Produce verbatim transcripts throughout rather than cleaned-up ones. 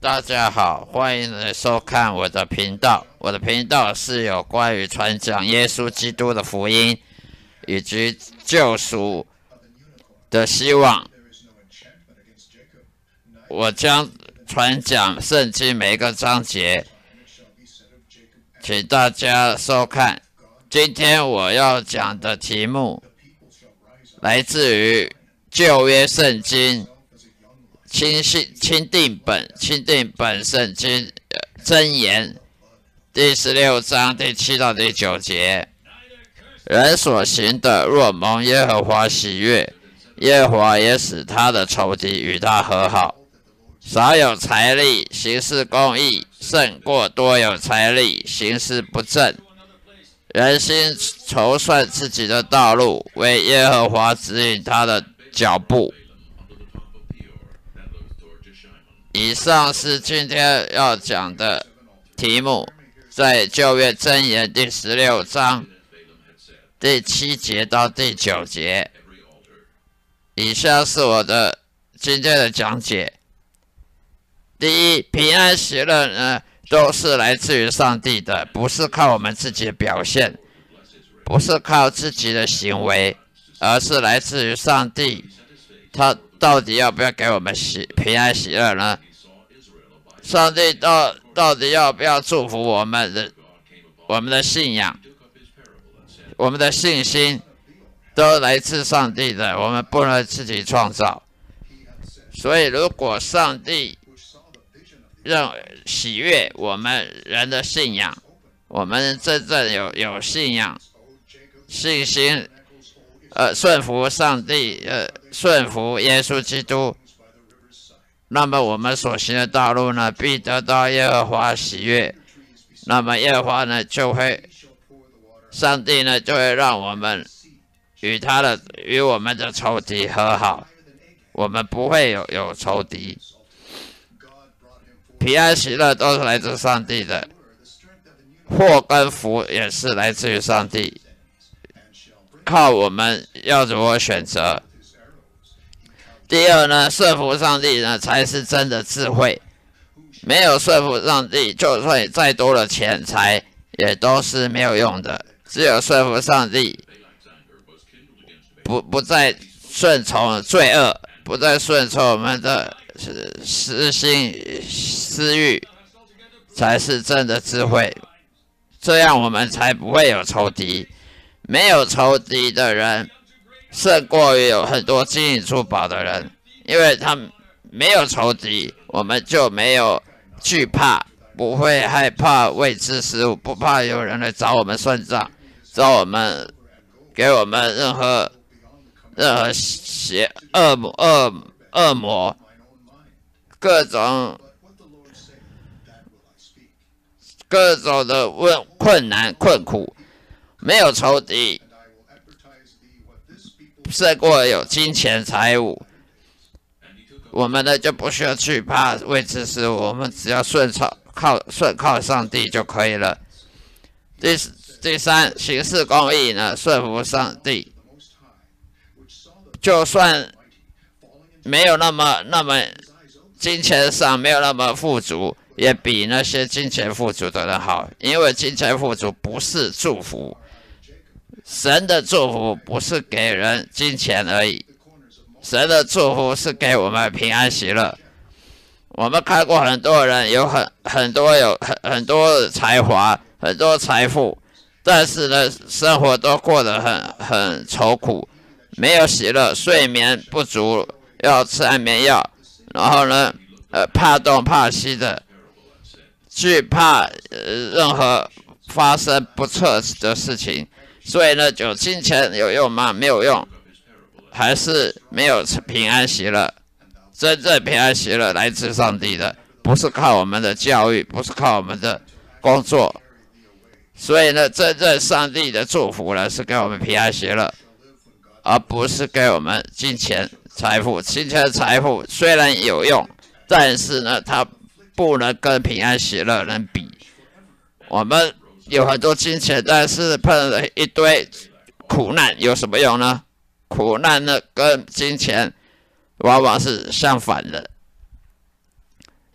大家好，欢迎来收看我的频道。我的频道是有关于传讲耶稣基督的福音以及救赎的希望。我将传讲圣经每一个章节，请大家收看。今天我要讲的题目来自于旧约圣经钦钦定本钦定本圣经箴言第十六章第七到第九节。人所行的若蒙耶和华喜悦，耶和华也使他的仇敌与他和好。少有财力行事公义，胜过多有财力行事不正。人心筹算自己的道路，为耶和华指引他的脚步。以上是今天要讲的题目，在旧约箴言第十六章第七节到第九节。以下是我的今天的讲解。第一，平安喜乐呢，都是来自于上帝的，不是靠我们自己的表现，不是靠自己的行为，而是来自于上帝。他到底要不要给我们喜平安喜乐呢？上帝到到底要不要祝福我们的我们的信仰，我们的信心都来自上帝的，我们不能自己创造。所以，如果上帝让喜悦我们人的信仰，我们真正有有信仰、信心，呃，顺服上帝，呃，顺服耶稣基督。那么我们所行的道路呢，必得到耶和华喜悦。那么耶和华呢，就会，上帝呢，就会让我们与他的与我们的仇敌和好，我们不会有有仇敌。平安喜乐都是来自上帝的，祸跟福也是来自于上帝，靠我们要如何选择。第二呢，顺服上帝呢才是真的智慧。没有顺服上帝，就算你再多的钱财，也都是没有用的。只有顺服上帝，不不再顺从罪恶，不再顺从我们的私心私欲，才是真的智慧。这样我们才不会有仇敌。没有仇敌的人，胜过于有很多金银珠宝的人，因为他们没有仇敌，我们就没有惧怕，不会害怕未知事物，不怕有人来找我们算账，找我们，给我们任何任何邪恶魔恶恶魔各种各种的问困难困苦。没有仇敌，胜过有金钱财物，我们呢就不需要惧怕未知事物，我们只要顺靠靠顺靠上帝就可以了。第第三，行事公义呢，顺服上帝，就算没有那么那么金钱上没有那么富足，也比那些金钱富足的人好，因为金钱富足不是祝福。神的祝福不是给人金钱而已，神的祝福是给我们平安喜乐。我们看过很多人有很很多有很很多才华，很多财富，但是呢，生活都过得很很愁苦，没有喜乐，睡眠不足，要吃安眠药，然后呢，呃，怕东怕西的，惧怕呃任何发生不测的事情。所以呢，有金钱有用吗？没有用，还是没有平安喜乐。真正平安喜乐来自上帝的，不是靠我们的教育，不是靠我们的工作。所以呢，真正上帝的祝福呢，是给我们平安喜乐，而不是给我们金钱财富。金钱财富虽然有用，但是呢，它不能跟平安喜乐能比。我们有很多金钱，但是碰了一堆苦难，有什么用呢？苦难呢，跟金钱往往是相反的。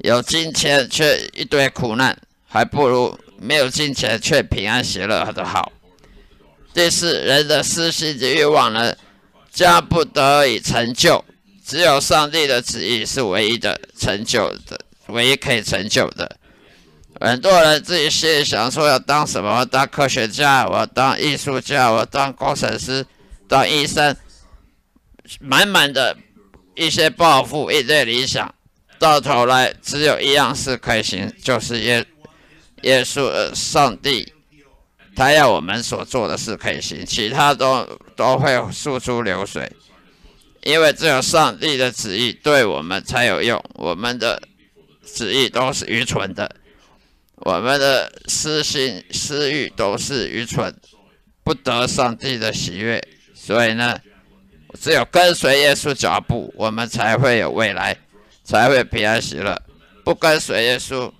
有金钱却一堆苦难，还不如没有金钱却平安喜乐的好。第四，人的私心及欲望呢，将不得以成就，只有上帝的旨意是唯一的成就的，唯一可以成就的。很多人自己心里想说要当什么，我要当科学家，我要当艺术家，我要当工程师，当医生，满满的一些抱负，一堆理想，到头来只有一样事可以行，就是耶耶稣、呃、上帝，他要我们所做的事可以行，其他都都会付诸流水，因为只有上帝的旨意对我们才有用，我们的旨意都是愚蠢的。我们的私心私欲都是愚蠢，不得上帝的喜悦，所以呢，只有跟随耶稣脚步，我们才会有未来，才会平安喜乐。不跟随耶稣，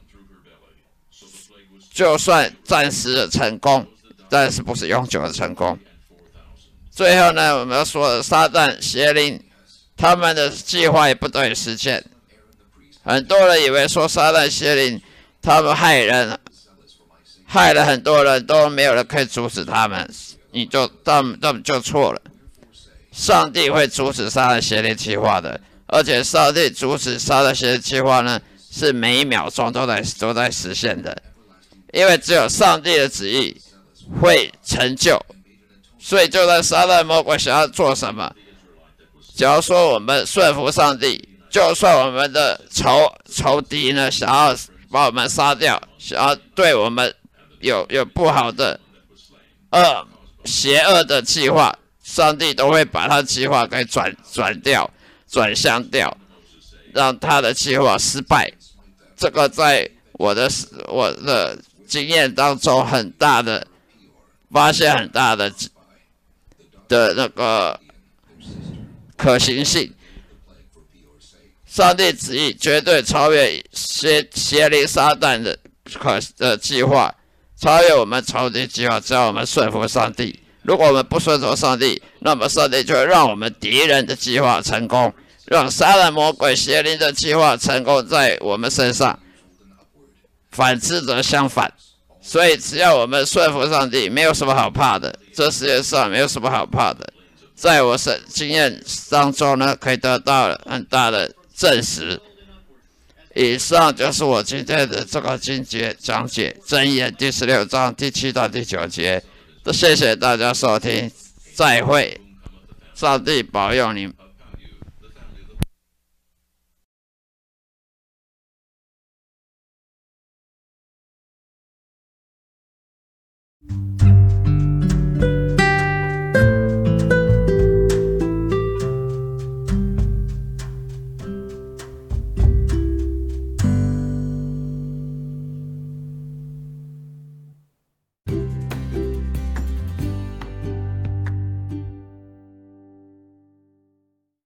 就算暂时的成功，但是不是永久的成功。最后呢，我们要说的撒旦邪灵，他们的计划也不得以实现。很多人以为说撒旦邪灵他们害人，害了很多人，都没有人可以阻止他们，你就他们他们就错了。上帝会阻止撒旦邪灵计划的，而且上帝阻止撒旦邪灵计划呢，是每一秒钟都在都在实现的，因为只有上帝的旨意会成就。所以就算撒旦魔鬼想要做什么，假如说我们顺服上帝，就算我们的仇仇敌呢想要把我们杀掉，想要对我们有有不好的恶邪恶的计划，上帝都会把他计划给转转掉、转向掉，让他的计划失败。这个在我的我的经验当中，很大的发现，很大的的那个可行性。上帝旨意绝对超越邪邪灵撒旦的可的计划，超越我们仇敌计划。只要我们顺服上帝，如果我们不顺服上帝，那么上帝就会让我们敌人的计划成功，让撒旦魔鬼邪灵的计划成功在我们身上。反之则相反，所以只要我们顺服上帝，没有什么好怕的。这世界上没有什么好怕的，在我的经验当中呢，可以得到很大的证实。以上就是我今天的这个经节讲解，箴言第十六章第七到第九节。谢谢大家收听，再会，上帝保佑你。